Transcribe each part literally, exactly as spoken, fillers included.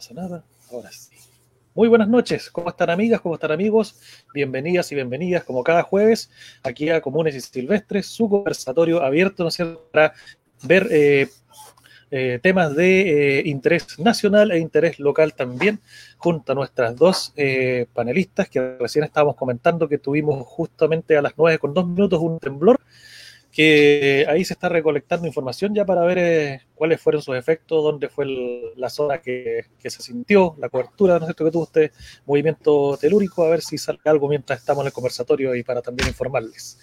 pasa nada, ahora sí. Muy buenas noches, ¿cómo están amigas? ¿Cómo están amigos? Bienvenidas y bienvenidas como cada jueves aquí a Comunes y Silvestres, su conversatorio abierto, ¿no es cierto?, para ver eh, eh, temas de eh, interés nacional e interés local también, junto a nuestras dos eh, panelistas que recién estábamos comentando que tuvimos justamente a las nueve con dos minutos un temblor, que ahí se está recolectando información ya para ver eh, cuáles fueron sus efectos, dónde fue el, la zona que, que se sintió, la cobertura, ¿no es cierto?, que tuvo este movimiento telúrico, a ver si sale algo mientras estamos en el conversatorio y para también informarles.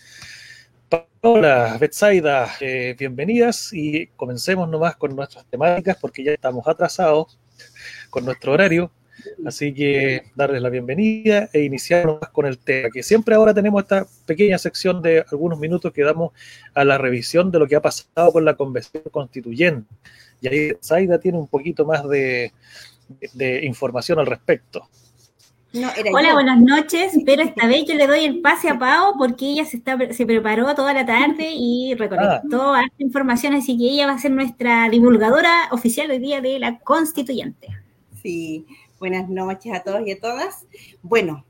Hola, Betsaida, eh, bienvenidas y comencemos nomás con nuestras temáticas porque ya estamos atrasados con nuestro horario. Así que darles la bienvenida e iniciar nomás con el tema, que siempre ahora tenemos esta pequeña sección de algunos minutos que damos a la revisión de lo que ha pasado con la Convención Constituyente. Y ahí Zaida tiene un poquito más de, de información al respecto. No, Hola, yo. Buenas noches, pero esta vez yo le doy el pase a Pao porque ella se, está, se preparó toda la tarde y recolectó ah. información, así que ella va a ser nuestra divulgadora oficial hoy día de la Constituyente. Sí, buenas noches a todos y a todas. Bueno,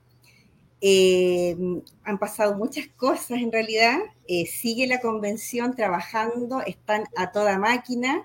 eh, han pasado muchas cosas en realidad, eh, sigue la convención trabajando, están a toda máquina.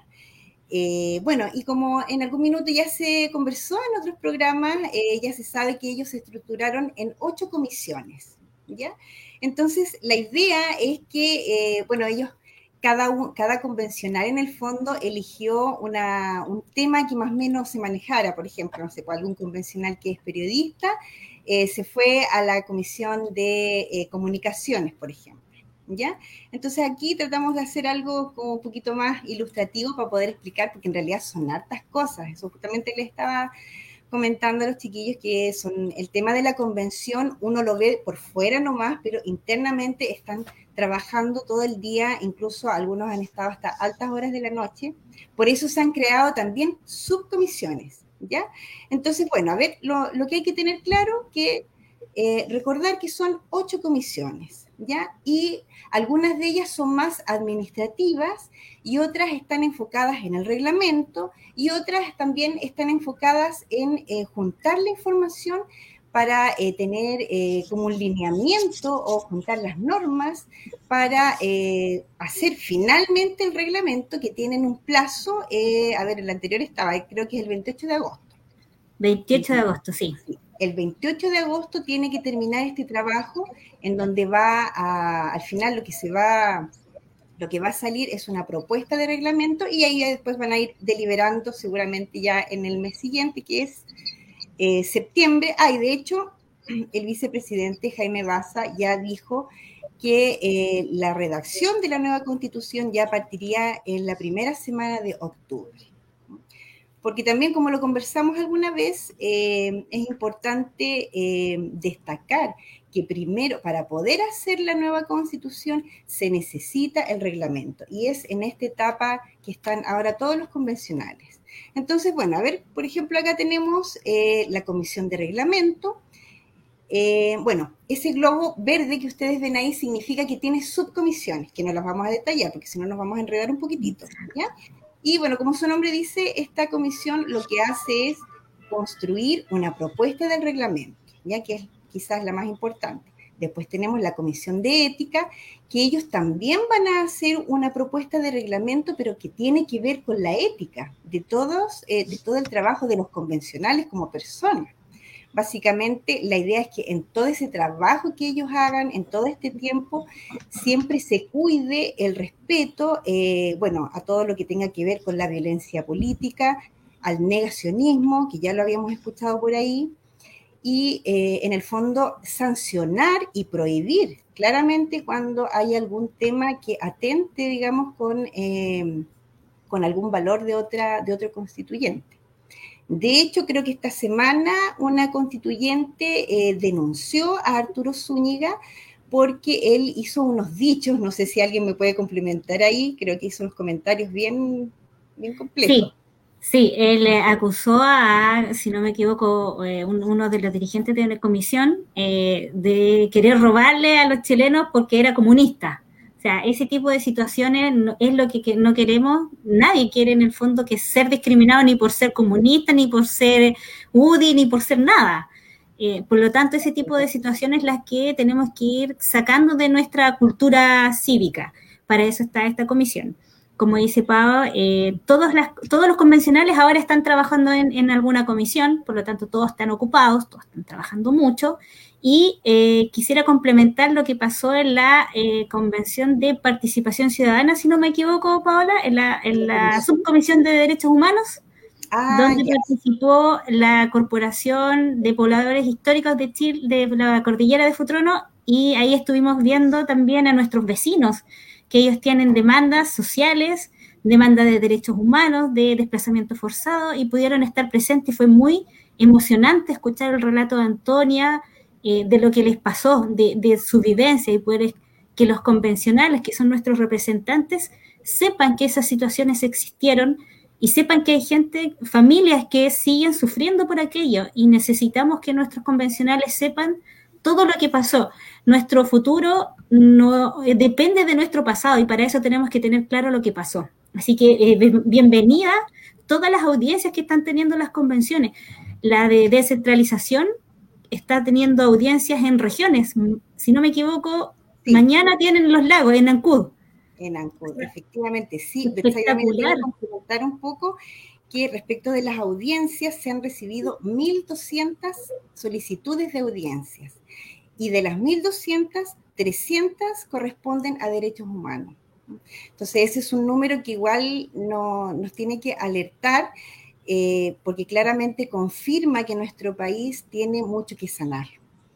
Eh, bueno, y como en algún minuto ya se conversó en otros programas, eh, ya se sabe que ellos se estructuraron en ocho comisiones, ¿ya? Entonces, la idea es que, eh, bueno, ellos, cada, un, cada convencional en el fondo eligió una, un tema que más o menos se manejara. Por ejemplo, no sé, algún convencional que es periodista, eh, se fue a la comisión de eh, comunicaciones, por ejemplo. ¿Ya? Entonces aquí tratamos de hacer algo como un poquito más ilustrativo para poder explicar, porque en realidad son hartas cosas. Eso justamente les estaba comentando a los chiquillos, que son el tema de la convención, uno lo ve por fuera nomás, pero internamente están trabajando todo el día, incluso algunos han estado hasta altas horas de la noche. Por eso se han creado también subcomisiones, ¿ya? Entonces, bueno, a ver, lo, lo que hay que tener claro que eh, recordar que son ocho comisiones, ¿ya? Y algunas de ellas son más administrativas y otras están enfocadas en el reglamento y otras también están enfocadas en eh, juntar la información para eh, tener eh, como un lineamiento o juntar las normas para eh, hacer finalmente el reglamento, que tienen un plazo, eh, a ver, el anterior estaba, creo que es el veintiocho de agosto. veintiocho de agosto, sí. sí. El veintiocho de agosto tiene que terminar este trabajo, en donde va a, al final lo que se va, lo que va a salir es una propuesta de reglamento y ahí después van a ir deliberando seguramente ya en el mes siguiente, que es eh, septiembre. Ah, y de hecho, el vicepresidente Jaime Baza ya dijo que eh, la redacción de la nueva Constitución ya partiría en la primera semana de octubre. Porque también, como lo conversamos alguna vez, eh, es importante eh, destacar que primero, para poder hacer la nueva Constitución, se necesita el reglamento. Y es en esta etapa que están ahora todos los convencionales. Entonces, bueno, a ver, por ejemplo, acá tenemos eh, la Comisión de Reglamento. Eh, bueno, ese globo verde que ustedes ven ahí significa que tiene subcomisiones, que no las vamos a detallar, porque si no nos vamos a enredar un poquitito, ¿ya? Y bueno, como su nombre dice, esta comisión lo que hace es construir una propuesta del reglamento, ya que es quizás la más importante. Después tenemos la comisión de ética, que ellos también van a hacer una propuesta de reglamento, pero que tiene que ver con la ética de todos, eh, de todo el trabajo de los convencionales como personas. Básicamente, la idea es que en todo ese trabajo que ellos hagan, en todo este tiempo, siempre se cuide el respeto, eh, bueno, a todo lo que tenga que ver con la violencia política, al negacionismo, que ya lo habíamos escuchado por ahí, y eh, en el fondo sancionar y prohibir claramente cuando hay algún tema que atente, digamos, con, eh, con algún valor de, otra, de otro constituyente. De hecho, creo que esta semana una constituyente eh, denunció a Arturo Zúñiga porque él hizo unos dichos, no sé si alguien me puede complementar ahí, creo que hizo unos comentarios bien, bien completos. Sí, sí, él eh, acusó a, si no me equivoco, eh, un, uno de los dirigentes de una comisión eh, de querer robarle a los chilenos porque era comunista. O exista ese tipo de situaciones no, es lo que, que no queremos. Nadie quiere en el fondo que ser discriminado ni por ser comunista, ni por ser U D I, ni por ser nada. Eh, por lo tanto, ese tipo de situaciones las que tenemos que ir sacando de nuestra cultura cívica. Para eso está esta comisión. Como dice Pau, eh, todos, las, todos los convencionales ahora están trabajando en, en alguna comisión, por lo tanto todos están ocupados, todos están trabajando mucho, y eh, quisiera complementar lo que pasó en la eh, Convención de Participación Ciudadana, si no me equivoco, Paola, en la, en la Subcomisión de Derechos Humanos, ah, donde yes. participó la Corporación de Pobladores Históricos de Chile, de la Cordillera de Futrono, y ahí estuvimos viendo también a nuestros vecinos, que ellos tienen demandas sociales, demandas de derechos humanos, de desplazamiento forzado, y pudieron estar presentes. Fue muy emocionante escuchar el relato de Antonia, eh, de lo que les pasó, de, de su vivencia, y poder que los convencionales, que son nuestros representantes, sepan que esas situaciones existieron y sepan que hay gente, familias que siguen sufriendo por aquello, y necesitamos que nuestros convencionales sepan todo lo que pasó. Nuestro futuro no eh, depende de nuestro pasado, y para eso tenemos que tener claro lo que pasó. Así que eh, bienvenida todas las audiencias que están teniendo las convenciones. La de descentralización está teniendo audiencias en regiones. Si no me equivoco, sí. Mañana tienen Los Lagos, en Ancud. En Ancud, efectivamente, sí. Espectacular. Comentar un poco que respecto de las audiencias se han recibido mil doscientas solicitudes de audiencias, y de las mil doscientas, trescientas corresponden a derechos humanos. Entonces ese es un número que igual no, nos tiene que alertar, eh, porque claramente confirma que nuestro país tiene mucho que sanar.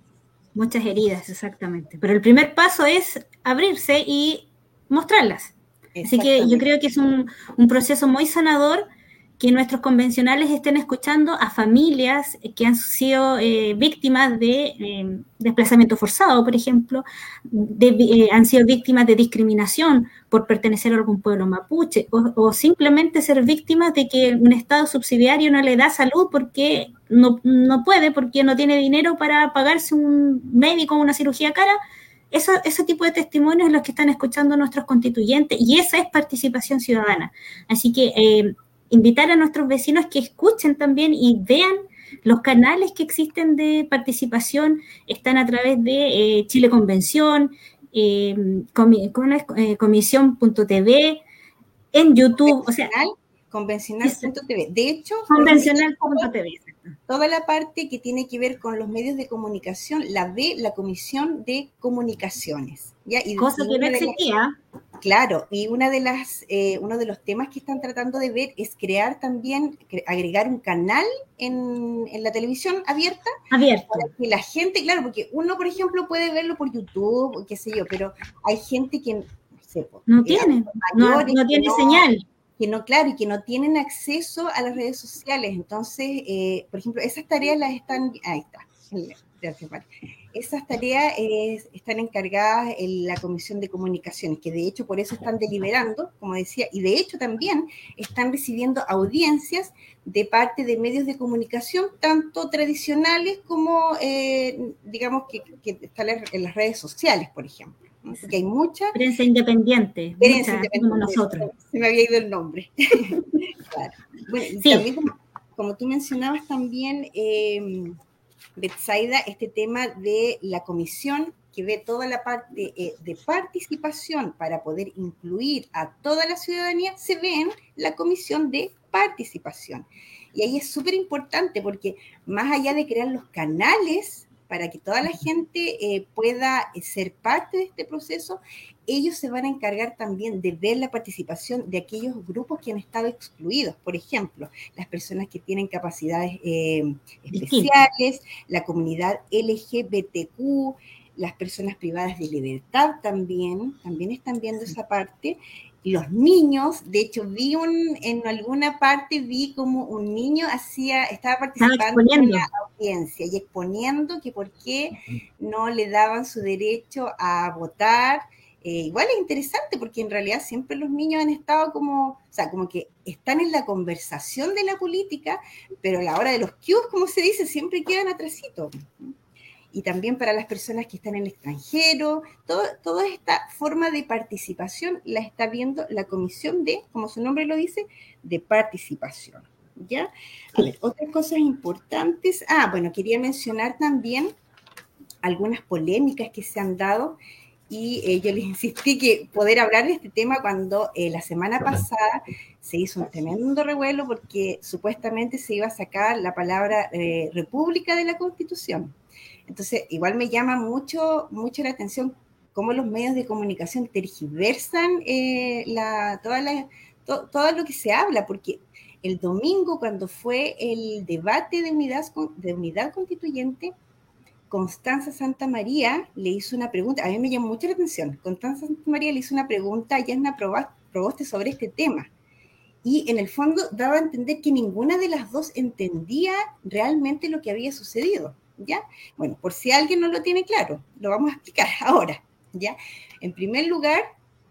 Muchas heridas, exactamente. Pero el primer paso es abrirse y mostrarlas. Así que yo creo que es un, un proceso muy sanador, que nuestros convencionales estén escuchando a familias que han sido eh, víctimas de eh, desplazamiento forzado, por ejemplo, de, eh, han sido víctimas de discriminación por pertenecer a algún pueblo mapuche, o, o simplemente ser víctimas de que un Estado subsidiario no le da salud porque no, no puede, porque no tiene dinero para pagarse un médico o una cirugía cara. Eso, ese tipo de testimonios es los que están escuchando nuestros constituyentes, y esa es participación ciudadana. Así que eh, invitar a nuestros vecinos que escuchen también y vean los canales que existen de participación. Están a través de eh, Chile Convención, eh, comi, eh, comisión punto t v, en YouTube, o sea, convencional punto t v. De hecho, convencional punto t v. Toda la parte que tiene que ver con los medios de comunicación la ve la Comisión de Comunicaciones, ¿ya? Y cosa que no existía. Las, claro, y una de las, eh, uno de los temas que están tratando de ver es crear también, agregar un canal en, en la televisión abierta. Abierto. Para que la gente, claro, porque uno, por ejemplo, puede verlo por YouTube, o qué sé yo, pero hay gente que, no sé, no tiene, no, no tiene no, señal. que no, claro, y que no tienen acceso a las redes sociales. Entonces, eh, por ejemplo, esas tareas las están, ahí está, gracias, María. Esas tareas eh, están encargadas en la Comisión de Comunicaciones, que de hecho por eso están deliberando, como decía, y de hecho también están recibiendo audiencias de parte de medios de comunicación, tanto tradicionales como, eh, digamos, que, que están en las redes sociales, por ejemplo. Porque hay mucha prensa independiente, prensa mucha, independiente como nosotros. Se me había ido el nombre. Claro. Bueno, y sí. También, como, como tú mencionabas también, eh, Betsaida, este tema de la comisión que ve toda la parte eh, de participación para poder incluir a toda la ciudadanía, se ve en la comisión de participación. Y ahí es súper importante porque más allá de crear los canales para que toda la gente eh, pueda ser parte de este proceso, ellos se van a encargar también de ver la participación de aquellos grupos que han estado excluidos. Por ejemplo, las personas que tienen capacidades eh, especiales, la comunidad L G B T Q, las personas privadas de libertad también, también están viendo esa parte. Los niños, de hecho vi un, en alguna parte vi como un niño hacía, estaba participando en la audiencia y exponiendo que por qué no le daban su derecho a votar. Eh, igual es interesante porque en realidad siempre los niños han estado como, o sea, como que están en la conversación de la política, pero a la hora de los cues, como se dice, siempre quedan atrasito. y también para las personas que están en el extranjero. Todo, toda esta forma de participación la está viendo la Comisión de, como su nombre lo dice, de participación, ¿ya? Vale, otras cosas importantes. Ah, bueno, quería mencionar también algunas polémicas que se han dado, y eh, yo les insistí que poder hablar de este tema cuando eh, la semana pasada se hizo un tremendo revuelo porque supuestamente se iba a sacar la palabra eh, república de la Constitución. Entonces, igual me llama mucho, mucho la atención cómo los medios de comunicación tergiversan eh, la, toda la, to, todo lo que se habla, porque el domingo, cuando fue el debate de unidad, de unidad constituyente, Constanza Santamaría le hizo una pregunta, a mí me llamó mucho la atención. Constanza Santamaría le hizo una pregunta a Yasna Proboste sobre este tema, y en el fondo daba a entender que ninguna de las dos entendía realmente lo que había sucedido, ¿ya? Bueno, por si alguien no lo tiene claro, lo vamos a explicar ahora, ¿ya? En primer lugar,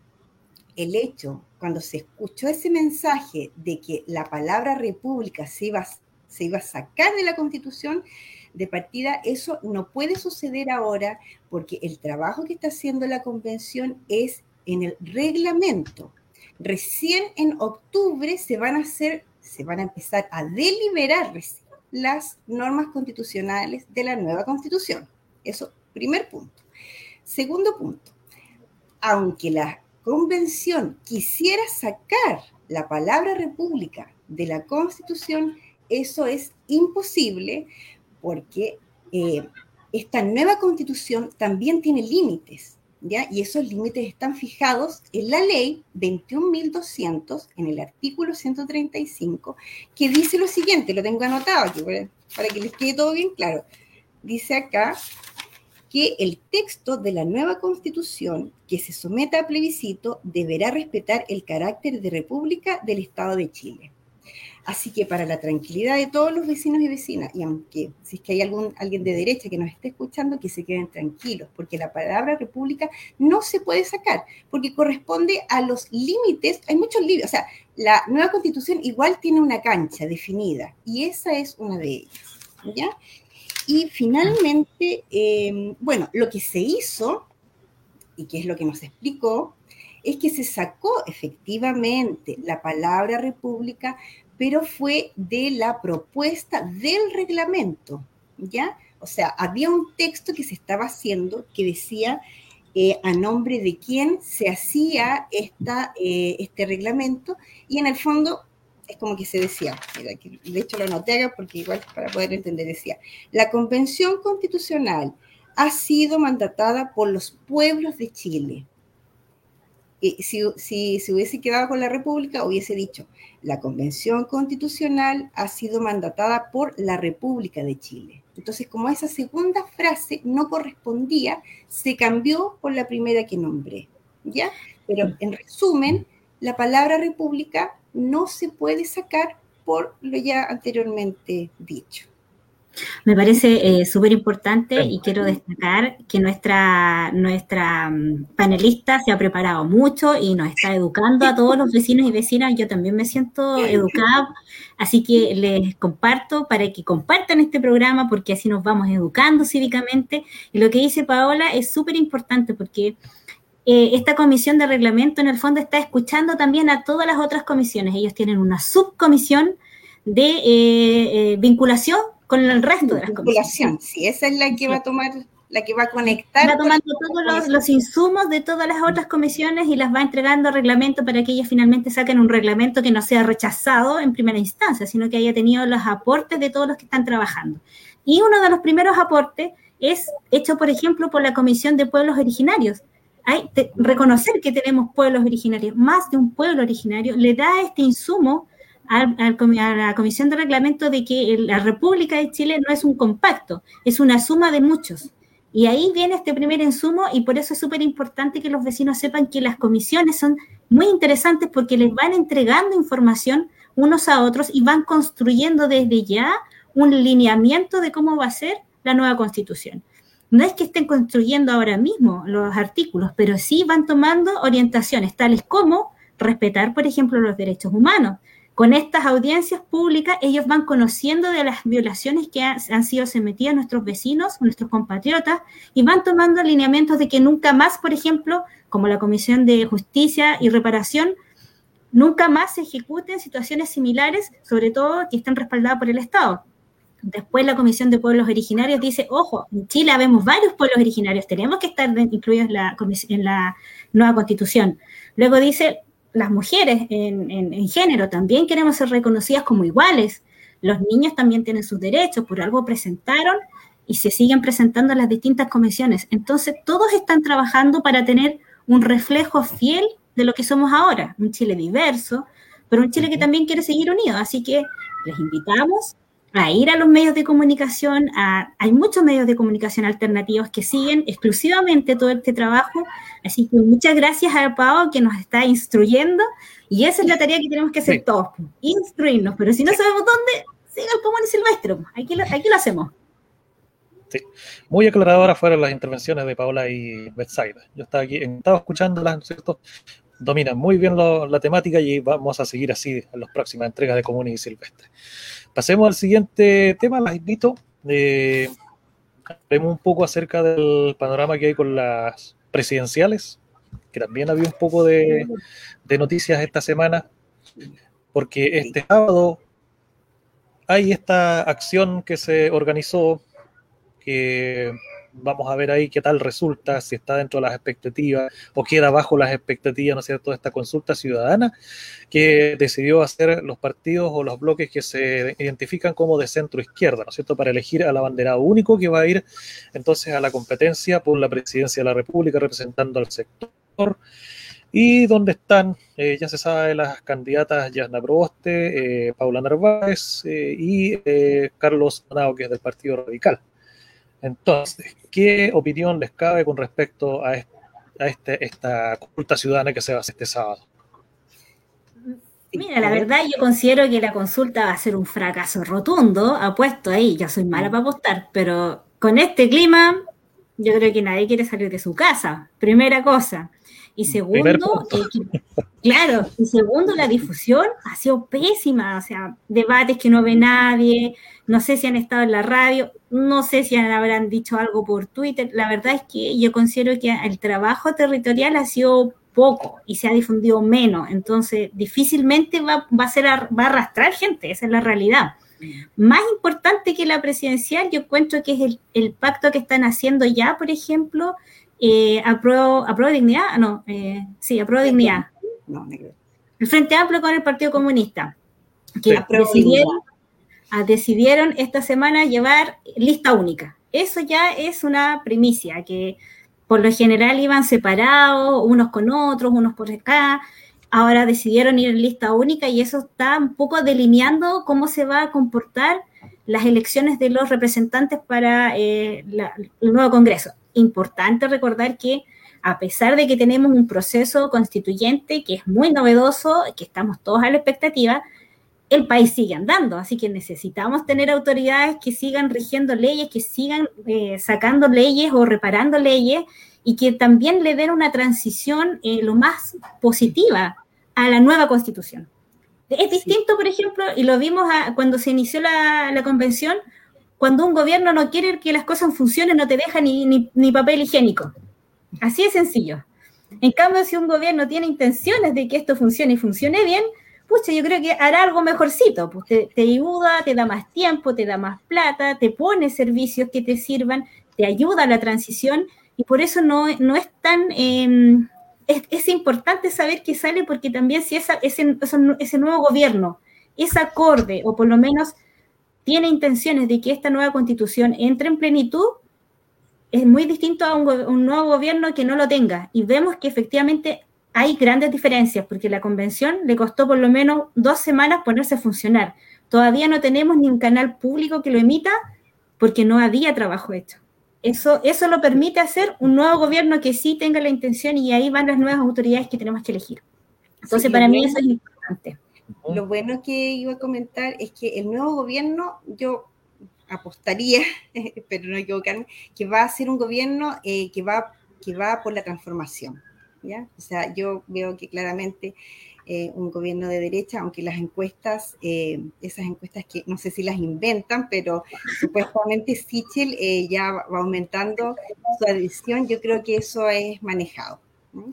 el hecho, cuando se escuchó ese mensaje de que la palabra república se iba, se iba a sacar de la Constitución, de partida, eso no puede suceder ahora, porque el trabajo que está haciendo la convención es en el reglamento. Recién en octubre se van a hacer, se van a empezar a deliberar las normas constitucionales de la nueva Constitución. Eso, primer punto. Segundo punto, aunque la convención quisiera sacar la palabra república de la Constitución, eso es imposible, porque eh, esta nueva Constitución también tiene límites, ¿ya? Y esos límites están fijados en la ley veintiún mil doscientos, en el artículo ciento treinta y cinco, que dice lo siguiente, lo tengo anotado aquí para, para que les quede todo bien claro. Dice acá que el texto de la nueva Constitución que se someta a plebiscito deberá respetar el carácter de república del Estado de Chile. Así que para la tranquilidad de todos los vecinos y vecinas, y aunque si es que hay algún, alguien de derecha que nos esté escuchando, que se queden tranquilos, porque la palabra república no se puede sacar, porque corresponde a los límites, hay muchos límites, o sea, la nueva Constitución igual tiene una cancha definida, y esa es una de ellas, ¿ya? Y finalmente, eh, bueno, lo que se hizo, y que es lo que nos explicó, es que se sacó efectivamente la palabra república, pero fue de la propuesta del reglamento, ¿ya? O sea, había un texto que se estaba haciendo que decía eh, a nombre de quién se hacía esta, eh, este reglamento, y en el fondo es como que se decía, mira, que de hecho lo anoté acá porque igual para poder entender, decía, la Convención Constitucional ha sido mandatada por los pueblos de Chile. Y si, si se hubiese quedado con la República, hubiese dicho, la Convención Constitucional ha sido mandatada por la República de Chile. Entonces, como esa segunda frase no correspondía, se cambió por la primera que nombré, ¿ya? Pero, en resumen, la palabra república no se puede sacar por lo ya anteriormente dicho. Me parece eh, súper importante y quiero destacar que nuestra, nuestra panelista se ha preparado mucho y nos está educando a todos los vecinos y vecinas. Yo también me siento educada, así que les comparto para que compartan este programa, porque así nos vamos educando cívicamente. Y lo que dice Paola es súper importante, porque eh, esta comisión de reglamento en el fondo está escuchando también a todas las otras comisiones. Ellos tienen una subcomisión de eh, eh, vinculación con el resto de las comisiones. Sí, esa es la que va a tomar, la que va a conectar. Va tomando todos los, los insumos de todas las otras comisiones y las va entregando a reglamento para que ellas finalmente saquen un reglamento que no sea rechazado en primera instancia, sino que haya tenido los aportes de todos los que están trabajando. Y uno de los primeros aportes es hecho, por ejemplo, por la Comisión de Pueblos Originarios. Hay te, reconocer que tenemos pueblos originarios, más de un pueblo originario, le da este insumo a la Comisión de Reglamento de que la República de Chile no es un compacto, es una suma de muchos. Y ahí viene este primer insumo, y por eso es súper importante que los vecinos sepan que las comisiones son muy interesantes porque les van entregando información unos a otros y van construyendo desde ya un lineamiento de cómo va a ser la nueva Constitución. No es que estén construyendo ahora mismo los artículos, pero sí van tomando orientaciones, tales como respetar, por ejemplo, los derechos humanos, Con estas audiencias públicas, ellos van conociendo de las violaciones que ha, han sido sometidas nuestros vecinos, nuestros compatriotas, y van tomando alineamientos de que nunca más, por ejemplo, como la Comisión de Justicia y Reparación, nunca más se ejecuten situaciones similares, sobre todo que estén respaldadas por el Estado. Después la Comisión de Pueblos Originarios dice, ojo, en Chile habemos varios pueblos originarios, tenemos que estar incluidos en la, en la nueva Constitución. Luego dice, las mujeres en, en, en género también queremos ser reconocidas como iguales. Los niños también tienen sus derechos, por algo presentaron y se siguen presentando en las distintas comisiones. Entonces, todos están trabajando para tener un reflejo fiel de lo que somos ahora, un Chile diverso, pero un Chile que también quiere seguir unido. Así que les invitamos a ir a los medios de comunicación. A, hay muchos medios de comunicación alternativos que siguen exclusivamente todo este trabajo, así que muchas gracias a Pao que nos está instruyendo, y esa es la tarea que tenemos que hacer sí. todos, instruirnos, pero si no sabemos dónde, siga el Común y Silvestre, aquí lo, aquí lo hacemos. Sí, muy aclaradoras fueron las intervenciones de Paola y Betsaida. Yo estaba aquí, estaba escuchándolas, ¿no es cierto? Dominan muy bien lo, la temática y vamos a seguir así en las próximas entregas de Comunes y Silvestres. Pasemos al siguiente tema, las invito. Eh, hablemos un poco acerca del panorama que hay con las presidenciales, que también había un poco de, de noticias esta semana, porque este sábado hay esta acción que se organizó, que vamos a ver ahí qué tal resulta, si está dentro de las expectativas o queda bajo las expectativas, ¿no es cierto?, esta consulta ciudadana que decidió hacer los partidos o los bloques que se identifican como de centro izquierda, ¿no es cierto?, para elegir al abanderado único que va a ir entonces a la competencia por la presidencia de la República representando al sector. Y donde están, eh, ya se sabe, las candidatas Yasna Proboste, eh, Paula Narváez eh, y eh, Carlos Manao, que es del Partido Radical. Entonces, ¿qué opinión les cabe con respecto a, este, a este, esta consulta ciudadana que se va a hacer este sábado? Mira, la verdad yo considero que la consulta va a ser un fracaso rotundo, apuesto ahí, ya soy mala para apostar, pero con este clima yo creo que nadie quiere salir de su casa, primera cosa. Y segundo, eh, claro, y segundo, la difusión ha sido pésima, o sea, debates que no ve nadie, no sé si han estado en la radio, no sé si habrán dicho algo por Twitter. La verdad es que yo considero que el trabajo territorial ha sido poco y se ha difundido menos, entonces difícilmente va, va, a, ser, va a arrastrar gente, esa es la realidad. Más importante que la presidencial, yo encuentro que es el, el pacto que están haciendo ya, por ejemplo, eh, apruebo, apruebo dignidad, no, eh, sí, apruebo dignidad. No, el Frente Amplio con el Partido Comunista, que sí, decidieron, a, decidieron esta semana llevar lista única. Eso ya es una primicia, que por lo general iban separados, unos con otros, unos por acá. Ahora decidieron ir en lista única y eso está un poco delineando cómo se va a comportar las elecciones de los representantes para eh, la, el nuevo Congreso. Importante recordar que a pesar de que tenemos un proceso constituyente que es muy novedoso, que estamos todos a la expectativa, el país sigue andando, así que necesitamos tener autoridades que sigan rigiendo leyes, que sigan eh, sacando leyes o reparando leyes y que también le den una transición eh, lo más positiva a la nueva Constitución. Es distinto, por ejemplo, y lo vimos a, cuando se inició la, la convención, cuando un gobierno no quiere que las cosas funcionen, no te deja ni, ni, ni papel higiénico. Así de sencillo. En cambio, si un gobierno tiene intenciones de que esto funcione y funcione bien, pucha, yo creo que hará algo mejorcito. Pues te, te ayuda, te da más tiempo, te da más plata, te pone servicios que te sirvan, te ayuda a la transición, y por eso no, no es tan... Eh, es, es importante saber qué sale, porque también si esa, ese, ese nuevo gobierno es acorde, o por lo menos tiene intenciones de que esta nueva constitución entre en plenitud, es muy distinto a un, un nuevo gobierno que no lo tenga. Y vemos que efectivamente hay grandes diferencias, porque la convención le costó por lo menos dos semanas ponerse a funcionar. Todavía no tenemos ni un canal público que lo emita, porque no había trabajo hecho. Eso, eso lo permite hacer un nuevo gobierno que sí tenga la intención, y ahí van las nuevas autoridades que tenemos que elegir. Entonces, sí, para mí eso es importante. Lo bueno que iba a comentar es que el nuevo gobierno, yo apostaría, espero no equivocarme, que va a ser un gobierno eh, que, va, que va por la transformación, ¿ya? O sea, yo veo que claramente eh, un gobierno de derecha, aunque las encuestas, eh, esas encuestas que no sé si las inventan, pero supuestamente Sichel eh, ya va aumentando su adhesión, yo creo que eso es manejado.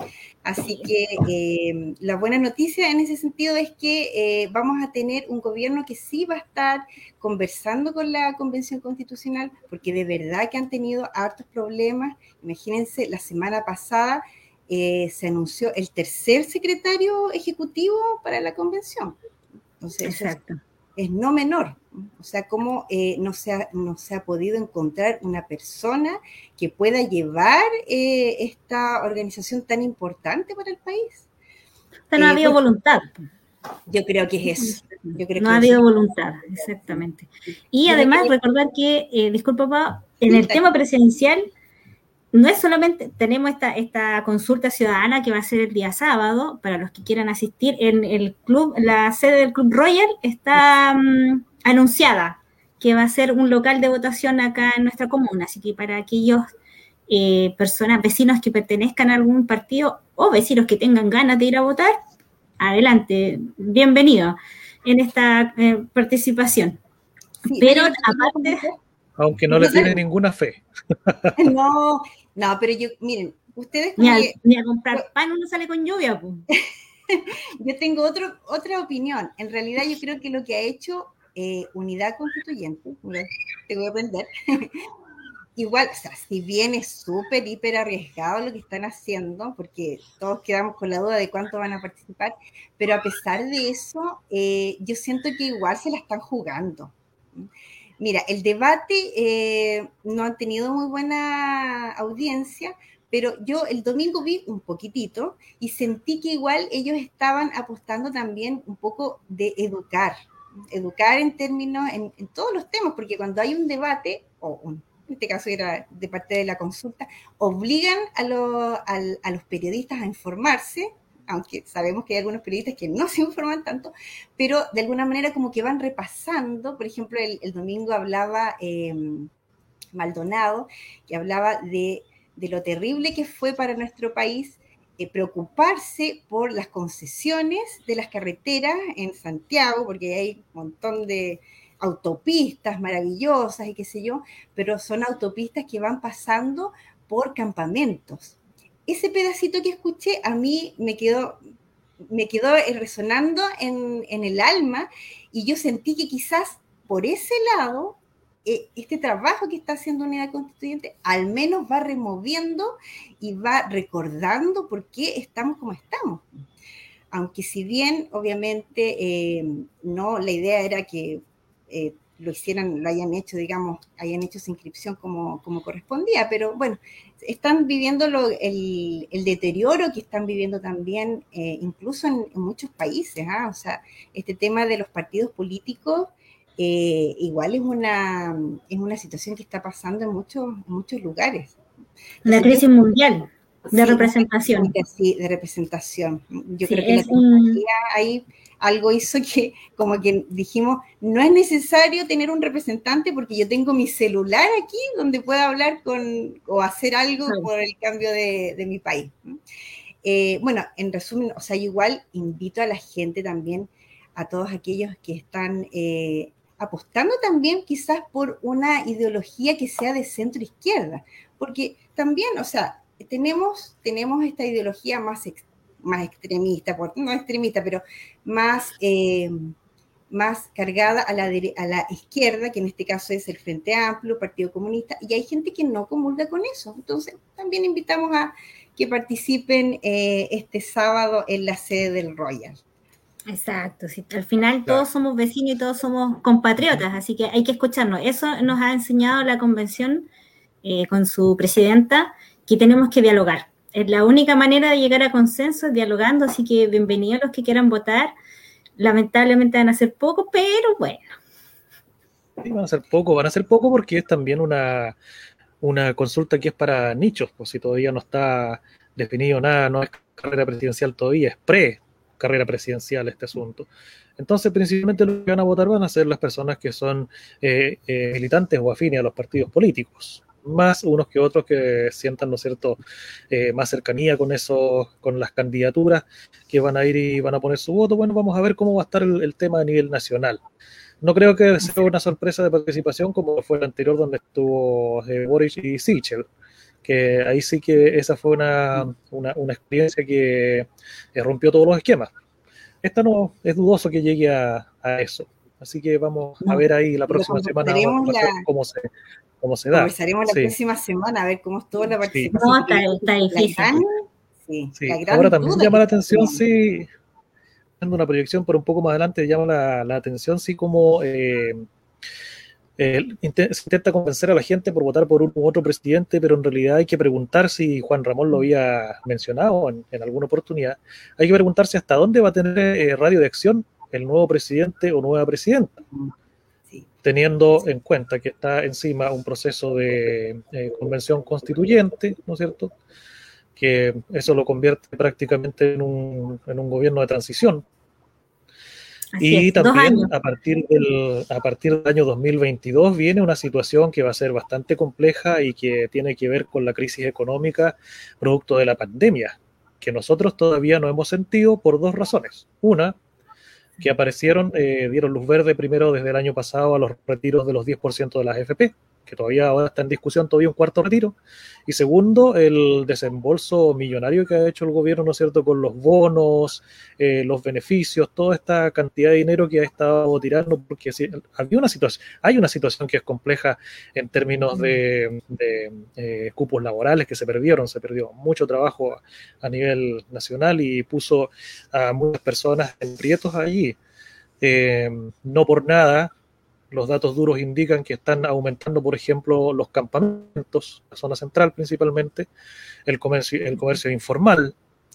Así que eh, la buena noticia en ese sentido es que eh, vamos a tener un gobierno que sí va a estar conversando con la Convención Constitucional, porque de verdad que han tenido hartos problemas. Imagínense, la semana pasada eh, se anunció el tercer secretario ejecutivo para la Convención. Entonces, exacto. Eso es, es no menor. O sea, cómo eh, no, se ha, no se ha podido encontrar una persona que pueda llevar eh, esta organización tan importante para el país. O sea, no eh, ha habido pues, voluntad. Yo creo que es eso. Yo creo no que ha habido eso. voluntad, exactamente. Y yo además, que... recordar que, eh, disculpa, Pau, en el tema presidencial, no es solamente, tenemos esta, esta consulta ciudadana que va a ser el día sábado, para los que quieran asistir, en el club, la sede del Club Royal está um, anunciada, que va a ser un local de votación acá en nuestra comuna, así que para aquellos eh, personas, vecinos que pertenezcan a algún partido, o vecinos que tengan ganas de ir a votar, adelante, bienvenido en esta eh, participación. Sí, pero aparte... Aunque no le tiene ninguna fe. No, no, pero yo, miren, ustedes... Ni a, que, ni a comprar yo, pan uno sale con lluvia. Pues. Yo tengo otro, otra opinión. En realidad yo creo que lo que ha hecho eh, Unidad Constituyente, te voy a aprender, igual, o sea, si bien es súper, hiper arriesgado lo que están haciendo, porque todos quedamos con la duda de cuánto van a participar, pero a pesar de eso, eh, yo siento que igual se la están jugando. Mira, el debate eh, no ha tenido muy buena audiencia, pero yo el domingo vi un poquitito y sentí que igual ellos estaban apostando también un poco de educar, educar en términos, en, en todos los temas, porque cuando hay un debate, o un, en este caso era de parte de la consulta, obligan a, lo, a, a los periodistas a informarse, aunque sabemos que hay algunos periodistas que no se informan tanto, pero de alguna manera como que van repasando. Por ejemplo, el, el domingo hablaba eh, Maldonado, que hablaba de, de lo terrible que fue para nuestro país eh, preocuparse por las concesiones de las carreteras en Santiago, porque hay un montón de autopistas maravillosas y qué sé yo, pero son autopistas que van pasando por campamentos. Ese pedacito que escuché a mí me quedó, me quedó resonando en, en el alma y yo sentí que quizás por ese lado eh, este trabajo que está haciendo Unidad Constituyente al menos va removiendo y va recordando por qué estamos como estamos. Aunque si bien obviamente eh, no, la idea era que eh, lo hicieran, lo hayan hecho, digamos, hayan hecho su inscripción como, como correspondía, pero bueno, están viviendo lo, el, el deterioro que están viviendo también, eh, incluso en, en muchos países, ¿eh? O sea, este tema de los partidos políticos, eh, igual es una, es una situación que está pasando en muchos, en muchos lugares. La crisis yo, mundial de sí, representación. Sí, de representación. Yo sí, creo que la tecnología un... ahí algo hizo que, como que dijimos, no es necesario tener un representante porque yo tengo mi celular aquí donde puedo hablar con o hacer algo sí. por el cambio de, de mi país. Eh, bueno, en resumen, o sea, igual invito a la gente también, a todos aquellos que están eh, apostando también quizás por una ideología que sea de centro izquierda, porque también, o sea, tenemos, tenemos esta ideología más extrema, más extremista, no extremista, pero más, eh, más cargada a la, a la izquierda, que en este caso es el Frente Amplio, Partido Comunista, y hay gente que no comulga con eso. Entonces, también invitamos a que participen eh, este sábado en la sede del Royal. Exacto, sí, al final todos somos vecinos y todos somos compatriotas, así que hay que escucharnos. Eso nos ha enseñado la convención eh, con su presidenta, que tenemos que dialogar. Es la única manera de llegar a consenso, dialogando, así que bienvenidos los que quieran votar. Lamentablemente van a ser pocos, pero bueno. Sí, van a ser pocos, van a ser pocos porque es también una, una consulta que es para nichos, pues si todavía no está definido nada, no es carrera presidencial todavía, es pre-carrera presidencial este asunto. Entonces, principalmente lo que van a votar van a ser las personas que son eh, eh, militantes o afines a los partidos políticos. más, unos que otros que sientan, ¿no es cierto?, eh, más cercanía con eso, con las candidaturas que van a ir y van a poner su voto. Bueno, vamos a ver cómo va a estar el, el tema a nivel nacional. No creo que sea una sorpresa de participación como fue el anterior donde estuvo eh, Boric y Sichel, que ahí sí que esa fue una, una, una experiencia que eh, rompió todos los esquemas. Esta no, es dudoso que llegue a, a eso. Así que vamos a ver ahí la próxima semana la, cómo se, cómo se da. Conversaremos la sí. próxima semana a ver cómo estuvo la participación. No, está, está difícil. La gran, sí, sí. La gran Ahora también llama la atención, tenemos. sí, dando una proyección por un poco más adelante, llama la, la atención, sí, como eh, eh, int- se intenta convencer a la gente por votar por un u otro presidente, pero en realidad hay que preguntar, si Juan Ramón lo había mencionado en, en alguna oportunidad, hay que preguntarse hasta dónde va a tener eh, radio de acción el nuevo presidente o nueva presidenta, Sí. teniendo en cuenta que está encima un proceso de eh, convención constituyente, ¿no es cierto?, que eso lo convierte prácticamente en un, en un gobierno de transición. Así Y es, dos también años. a partir, del, a partir del año dos mil veintidós viene una situación que va a ser bastante compleja y que tiene que ver con la crisis económica producto de la pandemia, que nosotros todavía no hemos sentido por dos razones. Una, que aparecieron, eh, dieron luz verde primero desde el año pasado a los retiros de los diez por ciento de las A F P, que todavía ahora está en discusión todavía un cuarto retiro, y segundo, el desembolso millonario que ha hecho el gobierno, ¿no es cierto?, con los bonos, eh, los beneficios, toda esta cantidad de dinero que ha estado tirando, porque si, había una situación, hay una situación que es compleja en términos de, de eh, cupos laborales que se perdieron, se perdió mucho trabajo a nivel nacional y puso a muchas personas en aprietos allí. Eh, no por nada, los datos duros indican que están aumentando, por ejemplo, los campamentos, la zona central principalmente, el comercio, el comercio informal.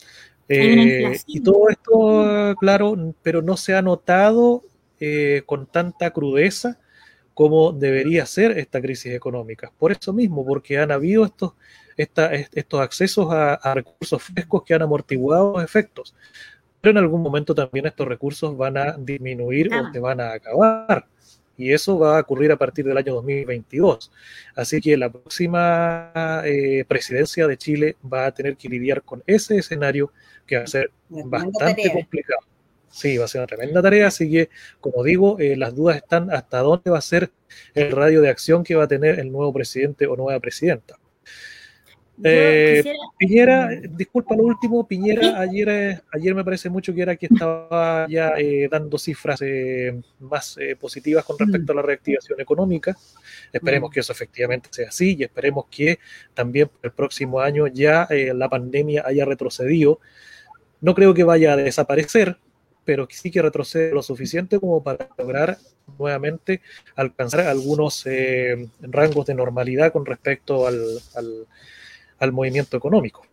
Eh, y todo esto, claro, pero no se ha notado eh, con tanta crudeza como debería ser esta crisis económica. Por eso mismo, porque han habido estos, esta, estos accesos a, a recursos frescos que han amortiguado los efectos. Pero en algún momento también estos recursos van a disminuir ah. o se van a acabar. Y eso va a ocurrir a partir del año dos mil veintidós. Así que la próxima eh, presidencia de Chile va a tener que lidiar con ese escenario que va a ser bastante tarea. complicado. Sí, va a ser una tremenda tarea, así que, como digo, eh, las dudas están hasta dónde va a ser el radio de acción que va a tener el nuevo presidente o nueva presidenta. Eh, quisiera... Piñera, disculpa lo último, Piñera, ¿sí? ayer, eh, ayer me parece mucho que era que estaba ya eh, dando cifras eh, más eh, positivas con respecto a la reactivación económica. Esperemos que eso efectivamente sea así y esperemos que también el próximo año ya eh, la pandemia haya retrocedido. No creo que vaya a desaparecer, pero sí que retrocede lo suficiente como para lograr nuevamente alcanzar algunos eh, rangos de normalidad con respecto al, al al movimiento económico.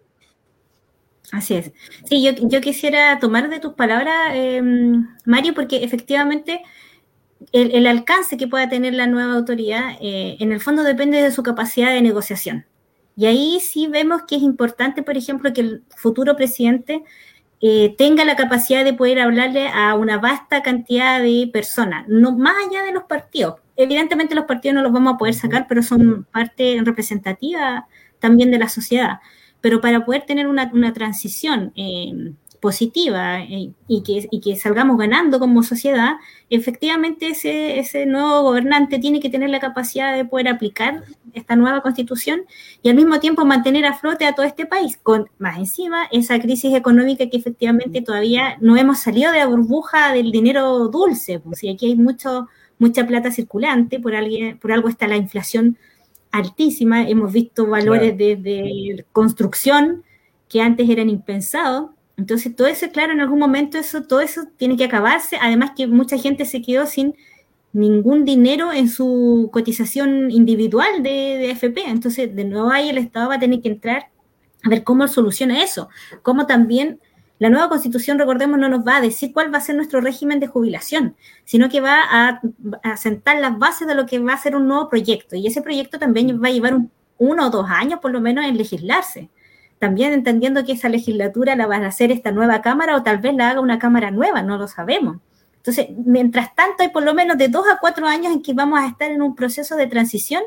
Así es. Sí, yo, yo quisiera tomar de tus palabras, eh, Mario, porque efectivamente el, el alcance que pueda tener la nueva autoridad, eh, en el fondo depende de su capacidad de negociación. Y ahí sí vemos que es importante, por ejemplo, que el futuro presidente eh, tenga la capacidad de poder hablarle a una vasta cantidad de personas, no más allá de los partidos. Evidentemente los partidos no los vamos a poder sacar, pero son parte representativa también de la sociedad, pero para poder tener una, una transición eh, positiva eh, y, que, y que salgamos ganando como sociedad, efectivamente ese, ese nuevo gobernante tiene que tener la capacidad de poder aplicar esta nueva constitución y al mismo tiempo mantener a flote a todo este país, con más encima esa crisis económica que efectivamente todavía no hemos salido de la burbuja del dinero dulce, pues, y aquí hay mucho, mucha plata circulante, por, alguien, por algo está la inflación altísima, hemos visto valores de, de construcción que antes eran impensados, entonces todo eso, claro, en algún momento eso, todo eso tiene que acabarse, además que mucha gente se quedó sin ningún dinero en su cotización individual de, de A F P, entonces de nuevo ahí el Estado va a tener que entrar a ver cómo soluciona eso, cómo también la nueva Constitución, recordemos, no nos va a decir cuál va a ser nuestro régimen de jubilación, sino que va a, a sentar las bases de lo que va a ser un nuevo proyecto. Y ese proyecto también va a llevar un, uno o dos años, por lo menos, en legislarse. También entendiendo que esa legislatura la va a hacer esta nueva Cámara o tal vez la haga una Cámara nueva, no lo sabemos. Entonces, mientras tanto, hay por lo menos de dos a cuatro años en que vamos a estar en un proceso de transición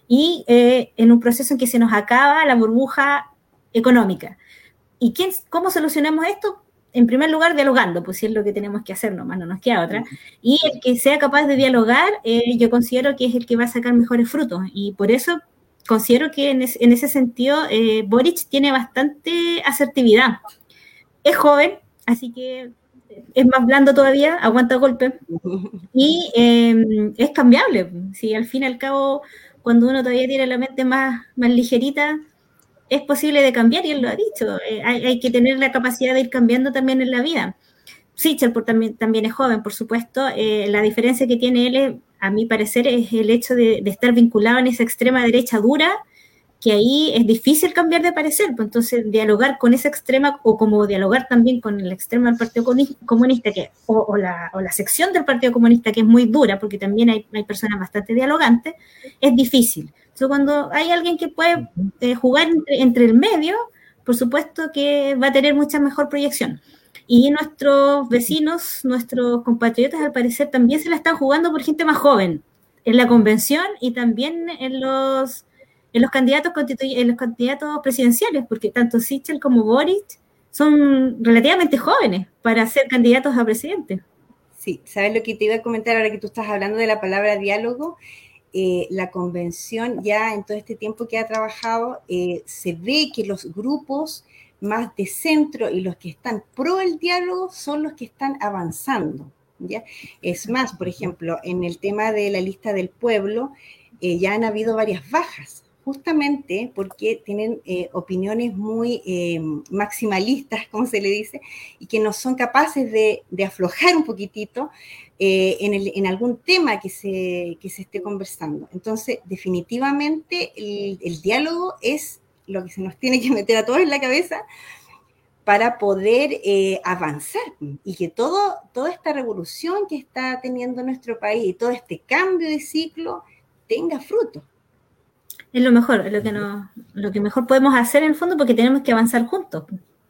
y eh, en un proceso en que se nos acaba la burbuja económica. ¿Y quién, cómo solucionamos esto? En primer lugar, dialogando, pues si es lo que tenemos que hacer, nomás no nos queda otra. Y el que sea capaz de dialogar, eh, yo considero que es el que va a sacar mejores frutos. Y por eso considero que en, es, en ese sentido eh, Boric tiene bastante asertividad. Es joven, así que es más blando todavía, aguanta golpes. Y eh, es cambiable. Si al fin y al cabo, cuando uno todavía tiene la mente más, más ligerita, es posible de cambiar, y él lo ha dicho, eh, hay, hay que tener la capacidad de ir cambiando también en la vida. Sichel también, también es joven, por supuesto, eh, la diferencia que tiene él, es, a mi parecer, es el hecho de, de estar vinculado en esa extrema derecha dura, que ahí es difícil cambiar de parecer, pues entonces dialogar con esa extrema, o como dialogar también con la extrema del Partido Comunista, que, o, o, la, o la sección del Partido Comunista, que es muy dura, porque también hay, hay personas bastante dialogantes, es difícil. Entonces, cuando hay alguien que puede eh, jugar entre, entre el medio, por supuesto que va a tener mucha mejor proyección. Y nuestros vecinos, nuestros compatriotas, al parecer, también se la están jugando por gente más joven, en la convención y también en los, en los, candidatos, en los candidatos presidenciales, porque tanto Sichel como Boric son relativamente jóvenes para ser candidatos a presidente. Sí, ¿sabes lo que te iba a comentar ahora que tú estás hablando de la palabra diálogo? Eh, la convención ya en todo este tiempo que ha trabajado, eh, se ve que los grupos más de centro y los que están pro el diálogo son los que están avanzando, ¿ya? Es más, por ejemplo, en el tema de la lista del pueblo, eh, ya han habido varias bajas, justamente porque tienen eh, opiniones muy eh, maximalistas, como se le dice, y que no son capaces de, de aflojar un poquitito eh, en, el, en algún tema que se, que se esté conversando. Entonces, definitivamente, el, el diálogo es lo que se nos tiene que meter a todos en la cabeza para poder eh, avanzar y que todo, toda esta revolución que está teniendo nuestro país y todo este cambio de ciclo tenga fruto. Es lo mejor, es lo que, nos, lo que mejor podemos hacer en el fondo, porque tenemos que avanzar juntos.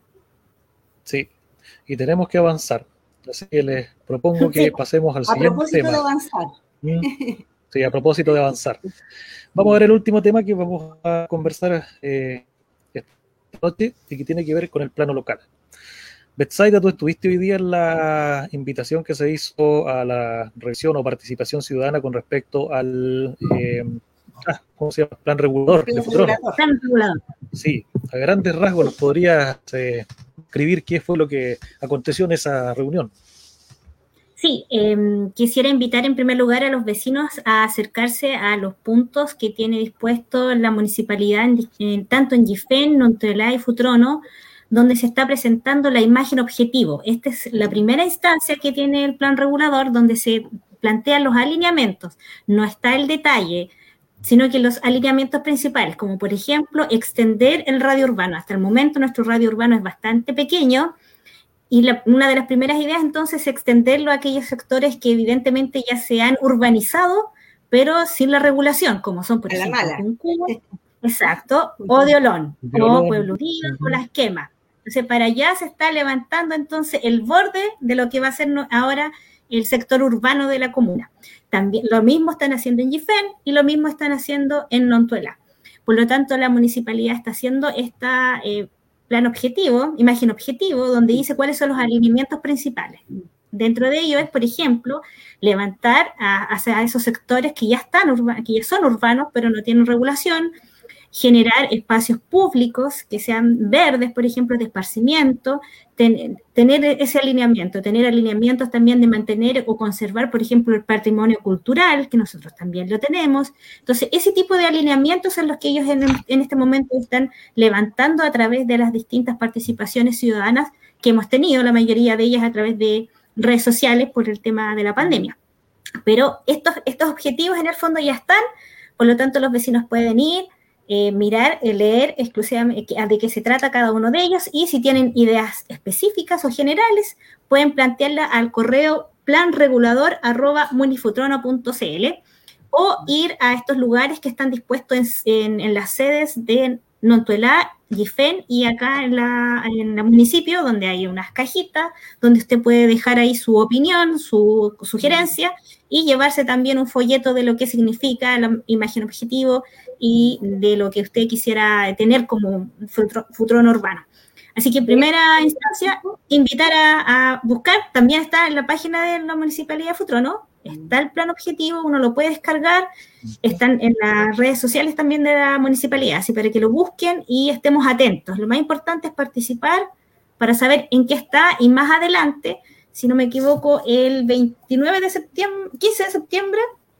Sí, y tenemos que avanzar. Así que les propongo que sí, pasemos al siguiente tema. A propósito de avanzar. Sí, a propósito de avanzar. Vamos a ver el último tema que vamos a conversar eh, esta noche y que tiene que ver con el plano local. Betsaida, tú estuviste hoy día en la invitación que se hizo a la revisión o participación ciudadana con respecto al... Eh, Ah, ¿cómo se llama? Plan regulador. Plan regulador. Plan regulador. Sí, a grandes rasgos nos podrías eh, escribir qué fue lo que aconteció en esa reunión. Sí, eh, quisiera invitar en primer lugar a los vecinos a acercarse a los puntos que tiene dispuesto la municipalidad, en, en, tanto en Yifén, Nontuelá y Futrono, donde se está presentando la imagen objetivo. Esta es la primera instancia que tiene el plan regulador, donde se plantean los alineamientos. No está el detalle, sino que los alineamientos principales, como por ejemplo, extender el radio urbano. Hasta el momento nuestro radio urbano es bastante pequeño, y la, una de las primeras ideas entonces es extenderlo a aquellos sectores que evidentemente ya se han urbanizado, pero sin la regulación, como son por ejemplo Cuncú, exacto, o de Olón, o Pueblo Unido, o Las Quemas. Entonces para allá se está levantando entonces el borde de lo que va a ser ahora el sector urbano de la comuna. También lo mismo están haciendo en Yifén y lo mismo están haciendo en Nontuelá. Por lo tanto, la municipalidad está haciendo este eh, plan objetivo, imagen objetivo, donde dice cuáles son los alineamientos principales. Dentro de ello es, por ejemplo, levantar a, a esos sectores que ya, están urba, que ya son urbanos, pero no tienen regulación, generar espacios públicos que sean verdes, por ejemplo, de esparcimiento, ten, tener ese alineamiento, tener alineamientos también de mantener o conservar, por ejemplo, el patrimonio cultural, que nosotros también lo tenemos. Entonces, ese tipo de alineamientos son los que ellos en, en este momento están levantando a través de las distintas participaciones ciudadanas que hemos tenido, la mayoría de ellas a través de redes sociales por el tema de la pandemia. Pero estos, estos objetivos en el fondo ya están, por lo tanto los vecinos pueden ir, Eh, mirar, eh, leer exclusivamente de qué se trata cada uno de ellos, y si tienen ideas específicas o generales, pueden plantearla al correo planregulador arroba munifutrono punto cl o ir a estos lugares que están dispuestos en, en, en las sedes de Nontuelá, GIFEN y acá en la, en el municipio, donde hay unas cajitas, donde usted puede dejar ahí su opinión, su sugerencia, y llevarse también un folleto de lo que significa la imagen objetivo y de lo que usted quisiera tener como futrón urbano. Así que en primera instancia, invitar a, a buscar, también está en la página de la Municipalidad de Futrono, está el plan objetivo, uno lo puede descargar, están en las redes sociales también de la municipalidad, así para que lo busquen y estemos atentos. Lo más importante es participar para saber en qué está, y más adelante, si no me equivoco, el veintinueve de septiembre, quince de septiembre,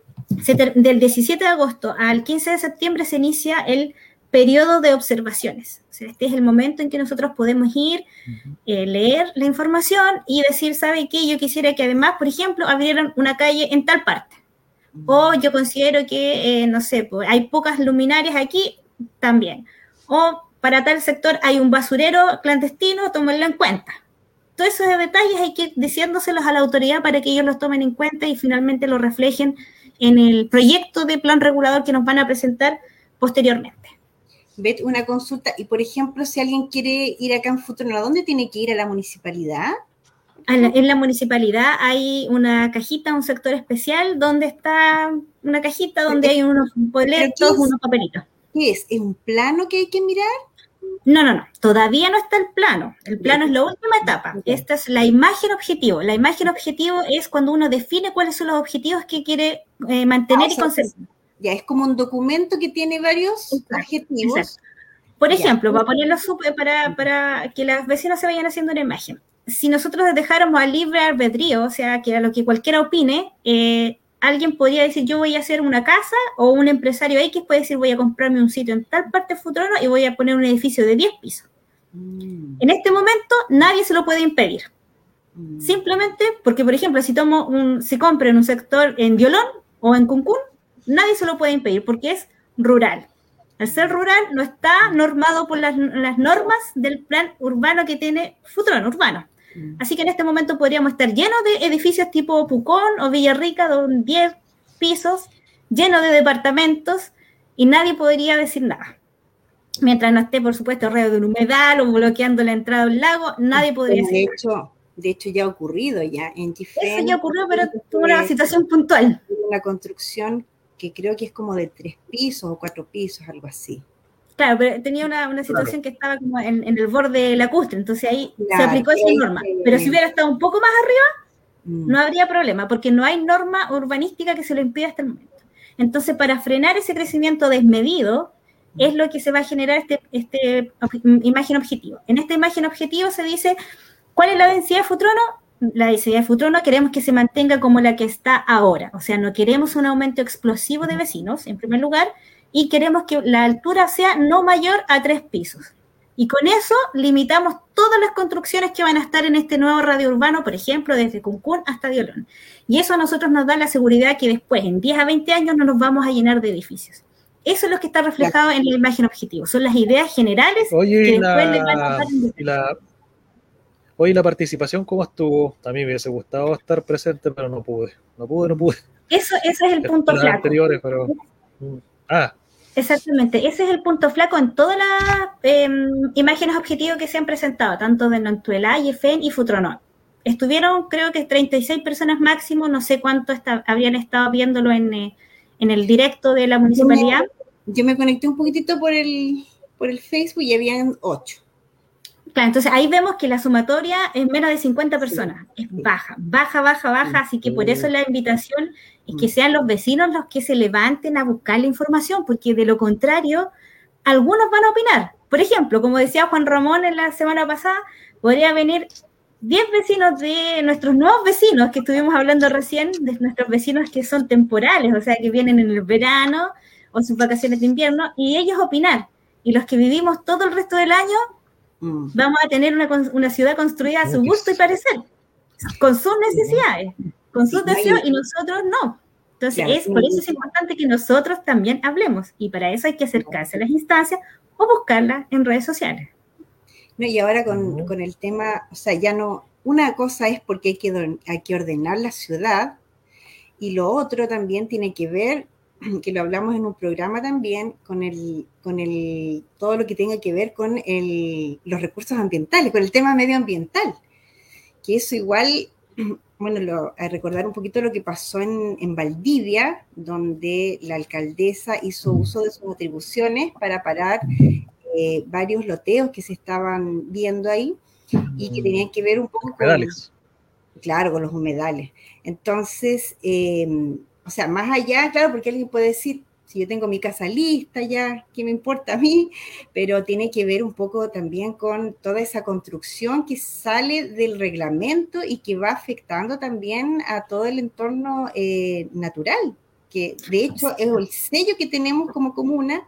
se ter, del diecisiete de agosto al quince de septiembre se inicia el periodo de observaciones. O sea, este es el momento en que nosotros podemos ir, eh, leer la información y decir, ¿sabe qué? Yo quisiera que además, por ejemplo, abrieran una calle en tal parte. O yo considero que, eh, no sé, pues, hay pocas luminarias aquí, también. O para tal sector hay un basurero clandestino, tómenlo en cuenta. Todos esos detalles hay que ir diciéndoselos a la autoridad para que ellos los tomen en cuenta y finalmente lo reflejen en el proyecto de plan regulador que nos van a presentar posteriormente. Bet, una consulta, y por ejemplo, si alguien quiere ir acá en Futrono, ¿a dónde tiene que ir? ¿A la municipalidad? A la, en la municipalidad hay una cajita, un sector especial, donde está una cajita donde hay unos boletos, unos papelitos. ¿Qué es? ¿Es un plano que hay que mirar? No, no, no, todavía no está el plano. El plano es la última etapa. Esta es la imagen objetivo. La imagen objetivo es cuando uno define cuáles son los objetivos que quiere eh, mantener ah, y conservar. Ya, es como un documento que tiene varios exacto, adjetivos. Exacto. Por ya. ejemplo, para ponerlo para, para que las vecinas se vayan haciendo una imagen. Si nosotros dejáramos al libre albedrío, o sea, que a lo que cualquiera opine, eh, alguien podría decir, yo voy a hacer una casa, o un empresario X puede decir, voy a comprarme un sitio en tal parte de Futrono y voy a poner un edificio de diez pisos. Mm. En este momento, nadie se lo puede impedir. Mm. Simplemente porque, por ejemplo, si tomo un, si compro en un sector en Violón o en Cuncún, nadie se lo puede impedir porque es rural. Al ser rural no está normado por las, las normas del plan urbano que tiene Futrono urbano. Mm. Así que en este momento podríamos estar llenos de edificios tipo Pucón o Villarrica, de diez pisos, llenos de departamentos, y nadie podría decir nada. Mientras no esté, por supuesto, alrededor de un humedal o bloqueando la entrada a un lago, nadie podría decir de hecho, nada. De hecho, ya ha ocurrido ya en GIFEN. Eso ya ocurrió, pero tuvo una situación puntual. Una construcción que creo que es como de tres pisos o cuatro pisos, algo así. Claro, pero tenía una, una situación claro. que estaba como en, en el borde lacustre, entonces ahí claro, se aplicó esa norma. Que... Pero si hubiera estado un poco más arriba, mm. no habría problema, porque no hay norma urbanística que se lo impida hasta el momento. Entonces, para frenar ese crecimiento desmedido, mm. es lo que se va a generar este, este imagen objetivo. En esta imagen objetivo se dice, ¿cuál es la densidad de Futrono? La densidad de Futrono queremos que se mantenga como la que está ahora, o sea, no queremos un aumento explosivo de vecinos, en primer lugar, y queremos que la altura sea no mayor a tres pisos. Y con eso limitamos todas las construcciones que van a estar en este nuevo radio urbano, por ejemplo, desde Cuncún hasta Violón. Y eso a nosotros nos da la seguridad que después, en diez a veinte años, no nos vamos a llenar de edificios. Eso es lo que está reflejado en la imagen objetivo. Son las ideas generales Oye, que la, después le van a dar en la, Hoy la participación, ¿cómo estuvo? A mí me hubiese gustado estar presente, pero no pude. No pude, no pude. Eso, ese es el punto flaco. Anteriores, pero... Ah. Exactamente, ese es el punto flaco en todas las eh, imágenes objetivos que se han presentado, tanto de Nantuela, GIFEN y Futrono. Estuvieron, creo que treinta y seis personas máximo, no sé cuánto está, habrían estado viéndolo en, eh, en el directo de la municipalidad. Yo me, yo me conecté un poquitito por el, por el Facebook y habían ocho. Claro, entonces ahí vemos que la sumatoria es menos de cincuenta personas, sí, es baja, baja, baja, baja, así que por eso la invitación es que sean los vecinos los que se levanten a buscar la información, porque de lo contrario, algunos van a opinar. Por ejemplo, como decía Juan Ramón en la semana pasada, podría venir diez vecinos de nuestros nuevos vecinos, que estuvimos hablando recién, de nuestros vecinos que son temporales, o sea, que vienen en el verano o sus vacaciones de invierno, y ellos opinar. Y los que vivimos todo el resto del año, vamos a tener una, una ciudad construida a su gusto y parecer, con sus necesidades, con sus deseos, y nosotros no. Entonces, es, por eso es importante que nosotros también hablemos, y para eso hay que acercarse a las instancias o buscarlas en redes sociales. No, y ahora con, con el tema, o sea, ya no, una cosa es porque hay que, hay que ordenar la ciudad, y lo otro también tiene que ver que lo hablamos en un programa también, con el, con el, todo lo que tenga que ver con el, los recursos ambientales, con el tema medioambiental, que eso igual, bueno, lo, a recordar un poquito lo que pasó en, en Valdivia, donde la alcaldesa hizo uso de sus atribuciones para parar eh, varios loteos que se estaban viendo ahí y que tenían que ver un poco con, claro, con los humedales. Entonces, eh, o sea, más allá, claro, porque alguien puede decir, si yo tengo mi casa lista ya, ¿qué me importa a mí? Pero tiene que ver un poco también con toda esa construcción que sale del reglamento y que va afectando también a todo el entorno eh, natural, que de hecho es el sello que tenemos como comuna,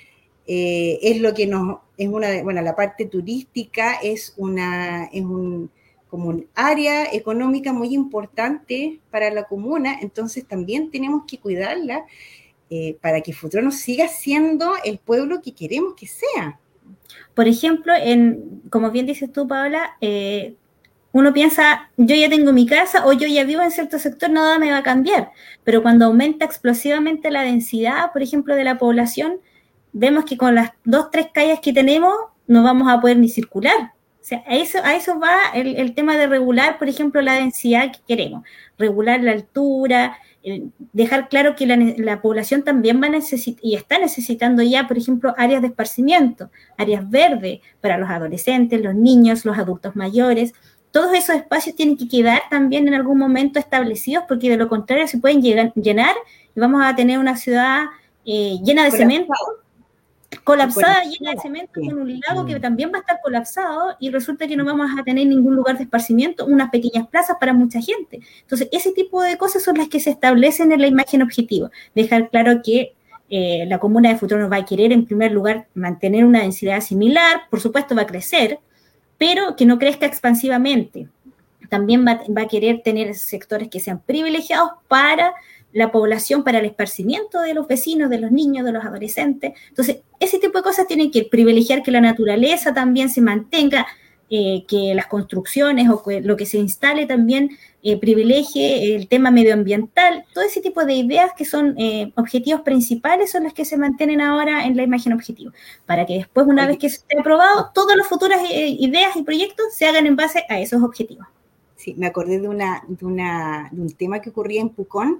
eh, es lo que nos, es una, bueno, la parte turística es una, es un... como un área económica muy importante para la comuna, entonces también tenemos que cuidarla eh, para que Futrono siga siendo el pueblo que queremos que sea. Por ejemplo, en, como bien dices tú, Paola, eh, uno piensa, yo ya tengo mi casa o yo ya vivo en cierto sector, nada me va a cambiar, pero cuando aumenta explosivamente la densidad, por ejemplo, de la población, vemos que con las dos, tres calles que tenemos no vamos a poder ni circular. O sea, a eso, a eso va el, el tema de regular, por ejemplo, la densidad que queremos, regular la altura, eh, dejar claro que la, la población también va a necesitar, y está necesitando ya, por ejemplo, áreas de esparcimiento, áreas verdes para los adolescentes, los niños, los adultos mayores. Todos esos espacios tienen que quedar también en algún momento establecidos, porque de lo contrario se pueden llegar, llenar y vamos a tener una ciudad eh, llena de cemento, colapsada, llena de cemento, sí, con un lago que también va a estar colapsado y resulta que no vamos a tener ningún lugar de esparcimiento, unas pequeñas plazas para mucha gente. Entonces, ese tipo de cosas son las que se establecen en la imagen objetiva. Dejar claro que eh, la comuna de Futrono va a querer, en primer lugar, mantener una densidad similar, por supuesto va a crecer, pero que no crezca expansivamente. También va, va a querer tener sectores que sean privilegiados para la población, para el esparcimiento de los vecinos, de los niños, de los adolescentes. Entonces, ese tipo de cosas tienen que privilegiar que la naturaleza también se mantenga, eh, que las construcciones o que lo que se instale también eh, privilegie el tema medioambiental. Todo ese tipo de ideas que son eh, objetivos principales son las que se mantienen ahora en la imagen objetiva, para que después, una vez que esté aprobado, todas las futuras eh, ideas y proyectos se hagan en base a esos objetivos. Sí, me acordé de, una, de, una, de un tema que ocurría en Pucón.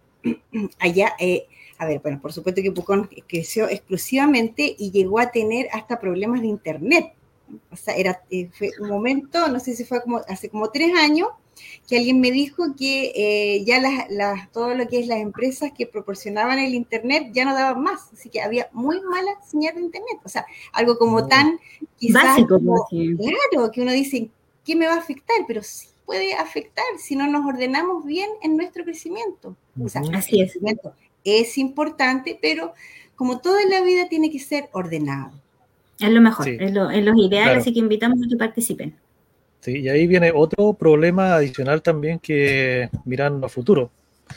Allá, eh, a ver, bueno, por supuesto que Pucón creció exclusivamente y llegó a tener hasta problemas de internet. O sea, era, eh, fue un momento, no sé si fue como hace como tres años, que alguien me dijo que eh, ya las, las, todo lo que es las empresas que proporcionaban el internet ya no daban más, así que había muy mala señal de internet. O sea, algo como tan quizás básico, como, claro, que uno dice, ¿qué me va a afectar? Pero sí puede afectar si no nos ordenamos bien en nuestro crecimiento. O sea, así es. El crecimiento es importante, pero como todo en la vida tiene que ser ordenado. Es lo mejor, sí, es, lo, es los ideales, claro. Así que invitamos a que participen. Sí, y ahí viene otro problema adicional también que mirando a futuro,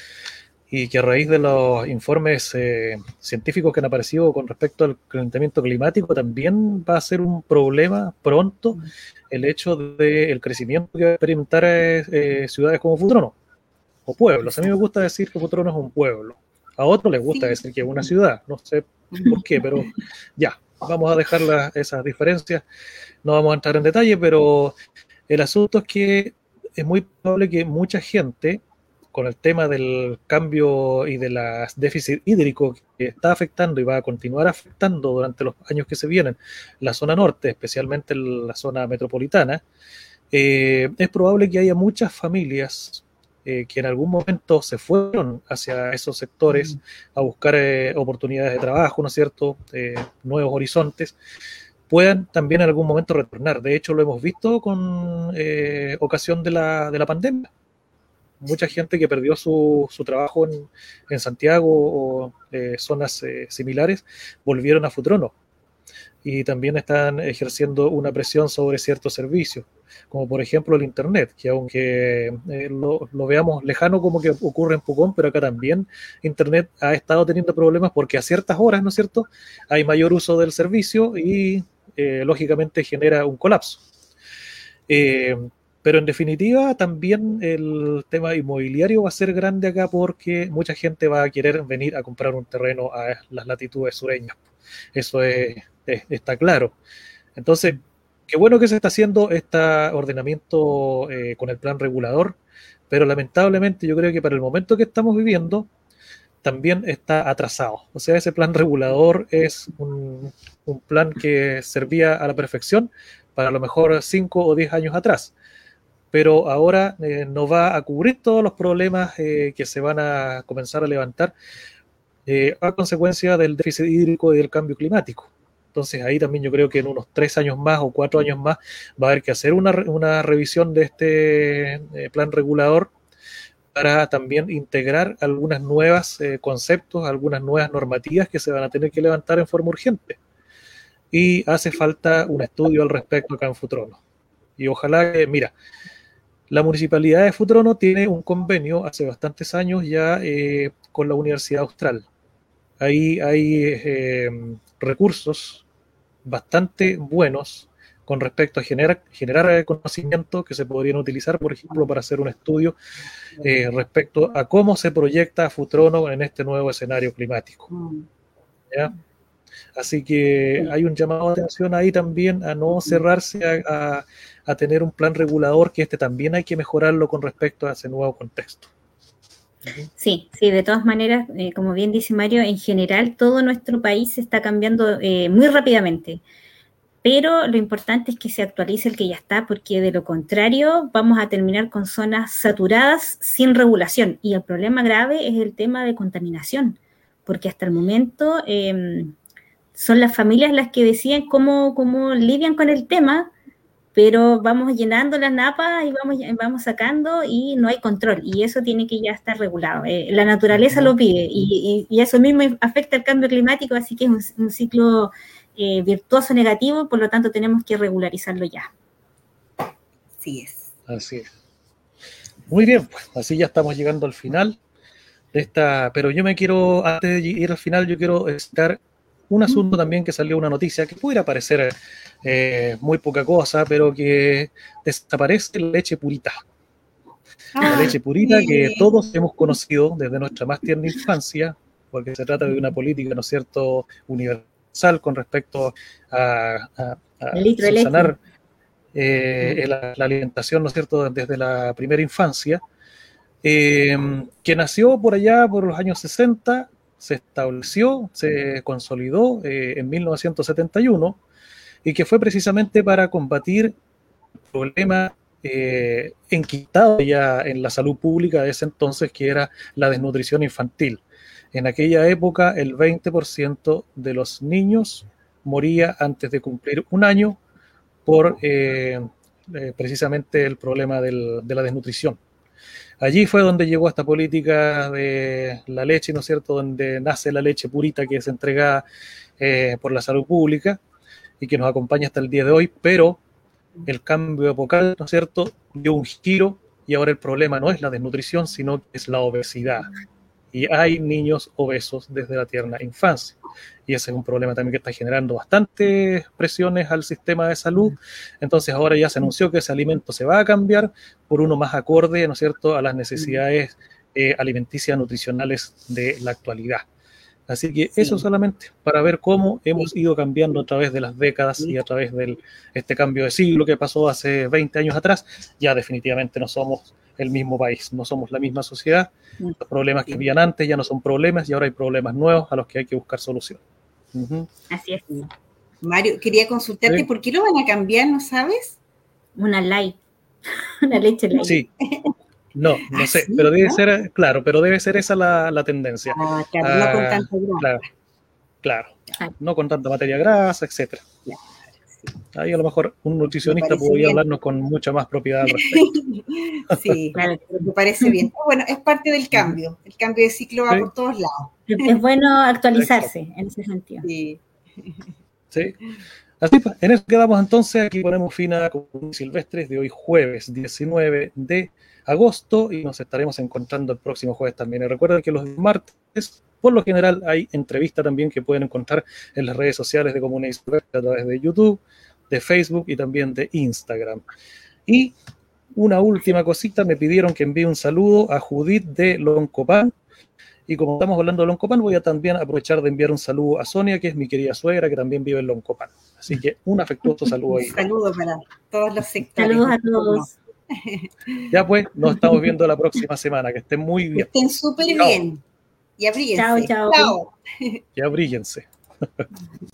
y que a raíz de los informes eh, científicos que han aparecido con respecto al calentamiento climático también va a ser un problema pronto el hecho del crecimiento que va a experimentar eh, ciudades como Futrono, o pueblos. A mí me gusta decir que Futrono es un pueblo, a otros les gusta sí. decir que es una ciudad, no sé por qué, pero ya, vamos a dejar la, esas diferencias, no vamos a entrar en detalle, pero el asunto es que es muy probable que mucha gente, con el tema del cambio y de la déficit hídrico que está afectando y va a continuar afectando durante los años que se vienen la zona norte, especialmente la zona metropolitana, eh, es probable que haya muchas familias eh, que en algún momento se fueron hacia esos sectores a buscar eh, oportunidades de trabajo, ¿no es cierto?, eh, nuevos horizontes, puedan también en algún momento retornar. De hecho, lo hemos visto con eh, ocasión de la, de la pandemia. Mucha gente que perdió su, su trabajo en, en Santiago o eh, zonas eh, similares volvieron a Futrono y también están ejerciendo una presión sobre ciertos servicios, como por ejemplo el internet, que aunque eh, lo, lo veamos lejano como que ocurre en Pucón, pero acá también internet ha estado teniendo problemas porque a ciertas horas, ¿no es cierto?, hay mayor uso del servicio y eh, lógicamente genera un colapso. Eh, Pero en definitiva también el tema inmobiliario va a ser grande acá porque mucha gente va a querer venir a comprar un terreno a las latitudes sureñas. Eso es, es, está claro. Entonces, qué bueno que se está haciendo este ordenamiento eh, con el plan regulador, pero lamentablemente yo creo que para el momento que estamos viviendo también está atrasado. O sea, ese plan regulador es un, un plan que servía a la perfección para a lo mejor cinco o diez años atrás, pero ahora eh, no va a cubrir todos los problemas eh, que se van a comenzar a levantar eh, a consecuencia del déficit hídrico y del cambio climático. Entonces ahí también yo creo que en unos tres años más o cuatro años más va a haber que hacer una, una revisión de este eh, plan regulador para también integrar algunas nuevas eh, conceptos, algunas nuevas normativas que se van a tener que levantar en forma urgente. Y hace falta un estudio al respecto acá en Futrono. Y ojalá que, mira, la Municipalidad de Futrono tiene un convenio hace bastantes años ya eh, con la Universidad Austral. Ahí hay eh, recursos bastante buenos con respecto a generar, generar conocimiento que se podrían utilizar, por ejemplo, para hacer un estudio eh, respecto a cómo se proyecta Futrono en este nuevo escenario climático. ¿Ya? Así que hay un llamado de atención ahí también a no cerrarse a, a, a tener un plan regulador, que este también hay que mejorarlo con respecto a ese nuevo contexto. Sí, sí, de todas maneras, eh, como bien dice Mario, en general todo nuestro país se está cambiando eh, muy rápidamente, pero lo importante es que se actualice el que ya está, porque de lo contrario vamos a terminar con zonas saturadas sin regulación, y el problema grave es el tema de contaminación, porque hasta el momento eh, son las familias las que deciden cómo, cómo lidian con el tema, pero vamos llenando las napas y vamos, vamos sacando y no hay control, y eso tiene que ya estar regulado. Eh, la naturaleza lo pide, y, y, y eso mismo afecta al cambio climático, así que es un, un ciclo eh, virtuoso negativo, por lo tanto tenemos que regularizarlo ya. Así es. Así es. Muy bien, pues así ya estamos llegando al final de esta, pero yo me quiero, antes de ir al final, yo quiero citar un asunto también que salió, una noticia que pudiera parecer eh, muy poca cosa, pero que desaparece la leche purita. La leche purita que todos hemos conocido desde nuestra más tierna infancia, porque se trata de una política, ¿no es cierto?, universal con respecto a, a, a subsanar eh, la, la alimentación, ¿no es cierto?, desde la primera infancia, eh, que nació por allá por los años sesenta, se estableció, se consolidó eh, en mil novecientos setenta y uno, y que fue precisamente para combatir el problema eh, enquistado ya en la salud pública de ese entonces, que era la desnutrición infantil. En aquella época, el veinte por ciento de los niños moría antes de cumplir un año por eh, eh, precisamente el problema del, de la desnutrición. Allí fue donde llegó esta política de la leche, ¿no es cierto?, donde nace la leche purita, que es entregada eh, por la salud pública y que nos acompaña hasta el día de hoy, pero el cambio epocal, ¿no es cierto?, dio un giro, y ahora el problema no es la desnutrición, sino que es la obesidad. Y hay niños obesos desde la tierna infancia. Y ese es un problema también que está generando bastantes presiones al sistema de salud. Entonces ahora ya se anunció que ese alimento se va a cambiar por uno más acorde, ¿no es cierto?, a las necesidades eh, alimenticias, nutricionales de la actualidad. Así que eso Sí. solamente para ver cómo hemos ido cambiando a través de las décadas y a través de este cambio de siglo que pasó hace veinte años atrás. Ya definitivamente no somos el mismo país, no somos la misma sociedad. Los problemas que habían antes ya no son problemas, y ahora hay problemas nuevos a los que hay que buscar solución. Uh-huh. Así es. Mario, quería consultarte, ¿sí? ¿Por qué lo van a cambiar, no sabes? Una light, una leche light. Sí. No, no sé, ¿sí? Pero debe ¿no? ser, claro, pero debe ser esa la, la tendencia. Ah, claro, ah, no con tanta grasa. Claro, claro, claro, no con tanta materia grasa, etcétera. Claro, sí. Ahí a lo mejor un nutricionista podría bien. hablarnos con mucha más propiedad al respecto. Sí, claro, me parece bien. Bueno, es parte del cambio, el cambio de ciclo va sí. por todos lados. Es bueno actualizarse Exacto. en ese sentido. Sí. Sí. Así pues, en eso quedamos entonces. Aquí ponemos fin a Comunes Silvestres de hoy, jueves diecinueve de agosto, y nos estaremos encontrando el próximo jueves también. Y recuerden que los martes, por lo general, hay entrevista también que pueden encontrar en las redes sociales de Comunes Silvestres a través de YouTube, de Facebook y también de Instagram. Y una última cosita, me pidieron que envíe un saludo a Judith de Loncopan, y como estamos hablando de Loncopan, voy a también aprovechar de enviar un saludo a Sonia, que es mi querida suegra, que también vive en Loncopan. Así que un afectuoso saludo ahí. Saludos para todos los sectores. Saludos a todos. Ya pues, nos estamos viendo la próxima semana. Que estén muy bien. Que estén súper bien. Y abríguense. Chao, chao. Chao. Y abríguense.